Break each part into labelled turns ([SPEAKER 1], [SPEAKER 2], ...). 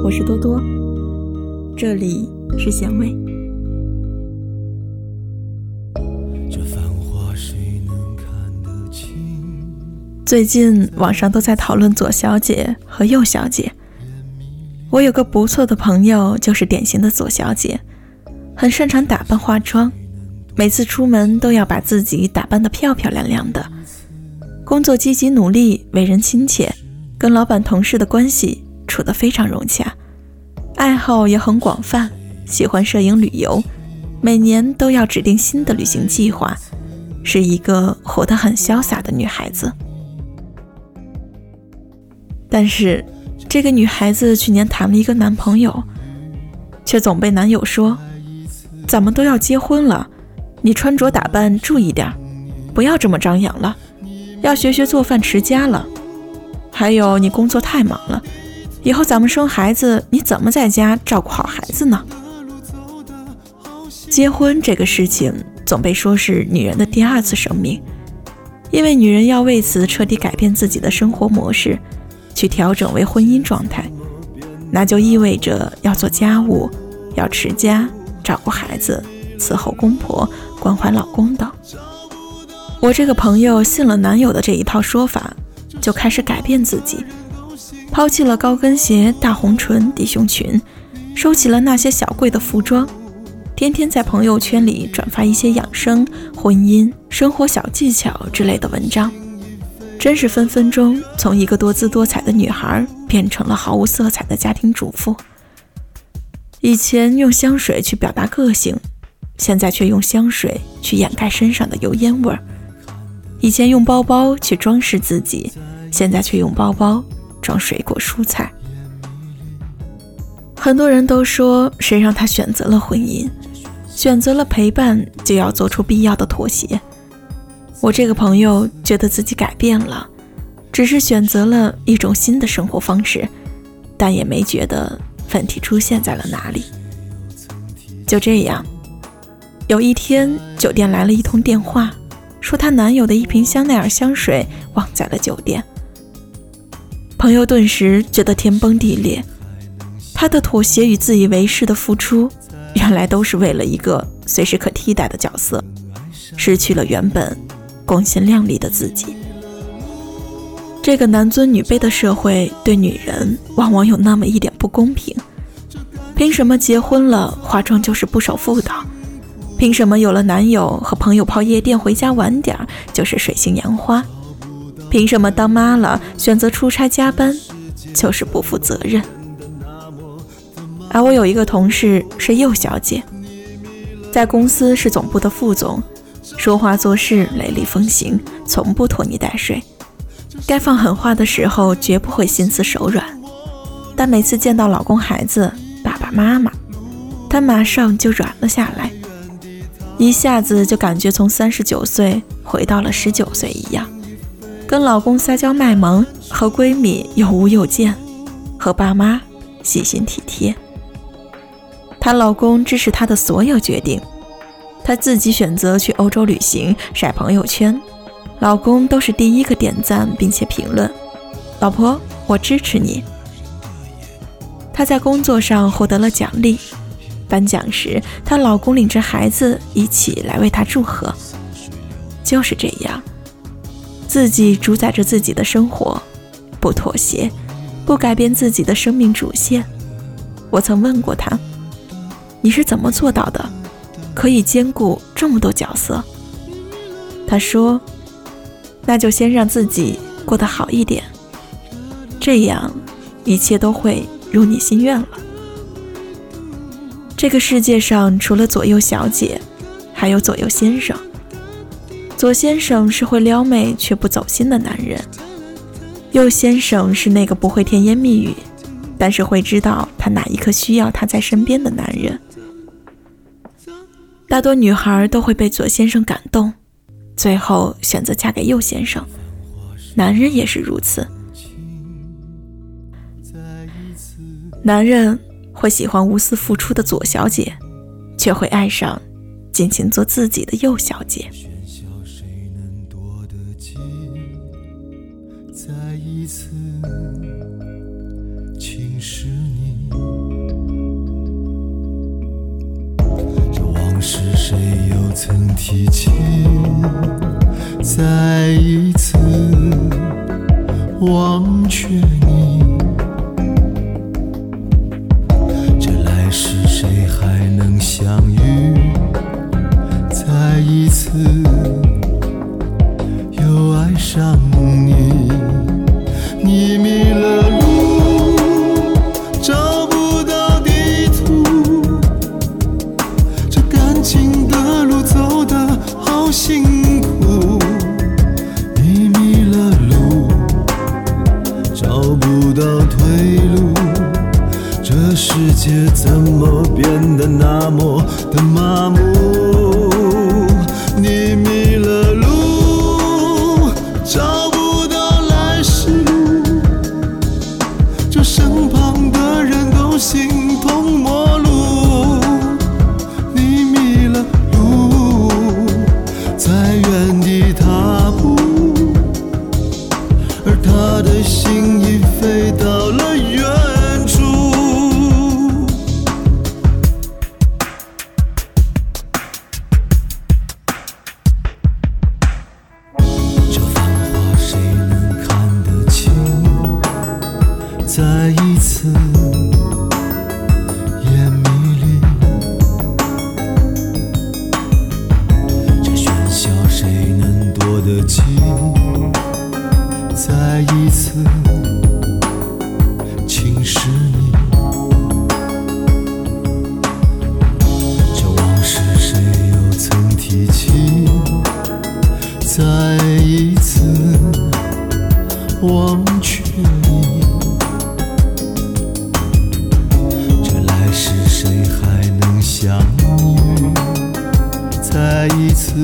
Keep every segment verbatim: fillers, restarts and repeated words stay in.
[SPEAKER 1] 我是多多，这里是咸味。最近网上都在讨论左小姐和右小姐。我有个不错的朋友就是典型的左小姐，很擅长打扮化妆，每次出门都要把自己打扮得漂漂亮亮的，工作积极努力，为人亲切，跟老板同事的关系处得非常融洽，爱好也很广泛，喜欢摄影旅游，每年都要制定新的旅行计划，是一个活得很潇洒的女孩子。但是这个女孩子去年谈了一个男朋友，却总被男友说，咱们都要结婚了，你穿着打扮注意点，不要这么张扬了，要学学做饭持家了，还有你工作太忙了，以后咱们生孩子你怎么在家照顾好孩子呢？结婚这个事情总被说是女人的第二次生命，因为女人要为此彻底改变自己的生活模式，去调整为婚姻状态，那就意味着要做家务，要持家，照顾孩子，伺候公婆，关怀老公等。我这个朋友信了男友的这一套说法，就开始改变自己，抛弃了高跟鞋、大红唇、低胸裙，收起了那些小贵的服装，天天在朋友圈里转发一些养生、婚姻、生活小技巧之类的文章，真是分分钟从一个多姿多彩的女孩变成了毫无色彩的家庭主妇。以前用香水去表达个性，现在却用香水去掩盖身上的油烟味儿。以前用包包去装饰自己，现在却用包包装水果蔬菜。很多人都说，谁让他选择了婚姻，选择了陪伴，就要做出必要的妥协。我这个朋友觉得自己改变了，只是选择了一种新的生活方式，但也没觉得问题出现在了哪里。就这样，有一天酒店来了一通电话，说她男友的一瓶香奈儿香水忘在了酒店。朋友顿时觉得天崩地裂，她的妥协与自以为是的付出，原来都是为了一个随时可替代的角色，失去了原本光鲜亮丽的自己。这个男尊女卑的社会对女人往往有那么一点不公平。凭什么结婚了化妆就是不守妇道？凭什么有了男友和朋友泡夜店回家晚点就是水性杨花？凭什么当妈了选择出差加班就是不负责任？而我有一个同事是右小姐，在公司是总部的副总，说话做事雷厉风行，从不拖泥带水，该放狠话的时候绝不会心慈手软，但每次见到老公孩子爸爸妈妈，她马上就软了下来，一下子就感觉从三十九岁回到了十九岁一样，跟老公撒娇卖萌，和闺蜜有无有见，和爸妈细心体贴。她老公支持她的所有决定，她自己选择去欧洲旅行晒朋友圈，老公都是第一个点赞并且评论，老婆我支持你。她在工作上获得了奖励，颁奖时她老公领着孩子一起来为她祝贺。就是这样，自己主宰着自己的生活，不妥协，不改变自己的生命主线。我曾问过她，你是怎么做到的，可以兼顾这么多角色？她说，那就先让自己过得好一点，这样一切都会如你心愿了。这个世界上除了左右小姐，还有左右先生。左先生是会撩妹却不走心的男人，右先生是那个不会甜言蜜语，但是会知道他哪一刻需要他在身边的男人。大多女孩都会被左先生感动，最后选择嫁给右先生，男人也是如此。男人会喜欢无私付出的左小姐，却会爱上尽情做自己的右小姐。
[SPEAKER 2] 再一次情是你，这往事谁又曾提起？再一次忘却你，这来世谁还能相遇？再一次又爱上你，你迷了路，找不到地图，这感情的路走得好辛苦。你迷了路，找不到退路，这世界怎么变得那么的麻木？你迷了路，找不到来时路，这身旁的人都形同陌路。你迷了路，在原地踏步，而他的心已飞到了远处。这繁华谁能看得清？再一次也迷离，这喧嚣谁能躲得及？再一次轻视你，这往事谁又曾提起？再一次忘却你，这来世谁还能相遇？再一次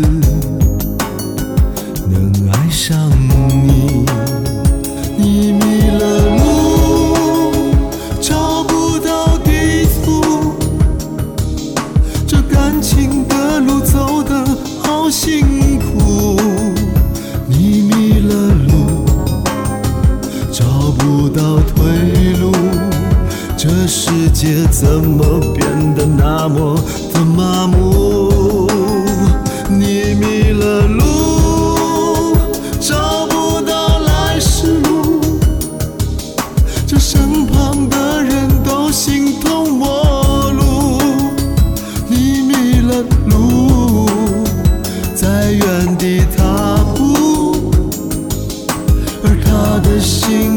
[SPEAKER 2] 能爱上你，你迷了路，找不到地图，这感情的路走得好辛苦。你迷了路，找不到退路，这世界怎么变得那么的麻木？你迷了路，找不到来时路，这身旁的人都形同陌路。你迷了路，在原地踏步，而他的心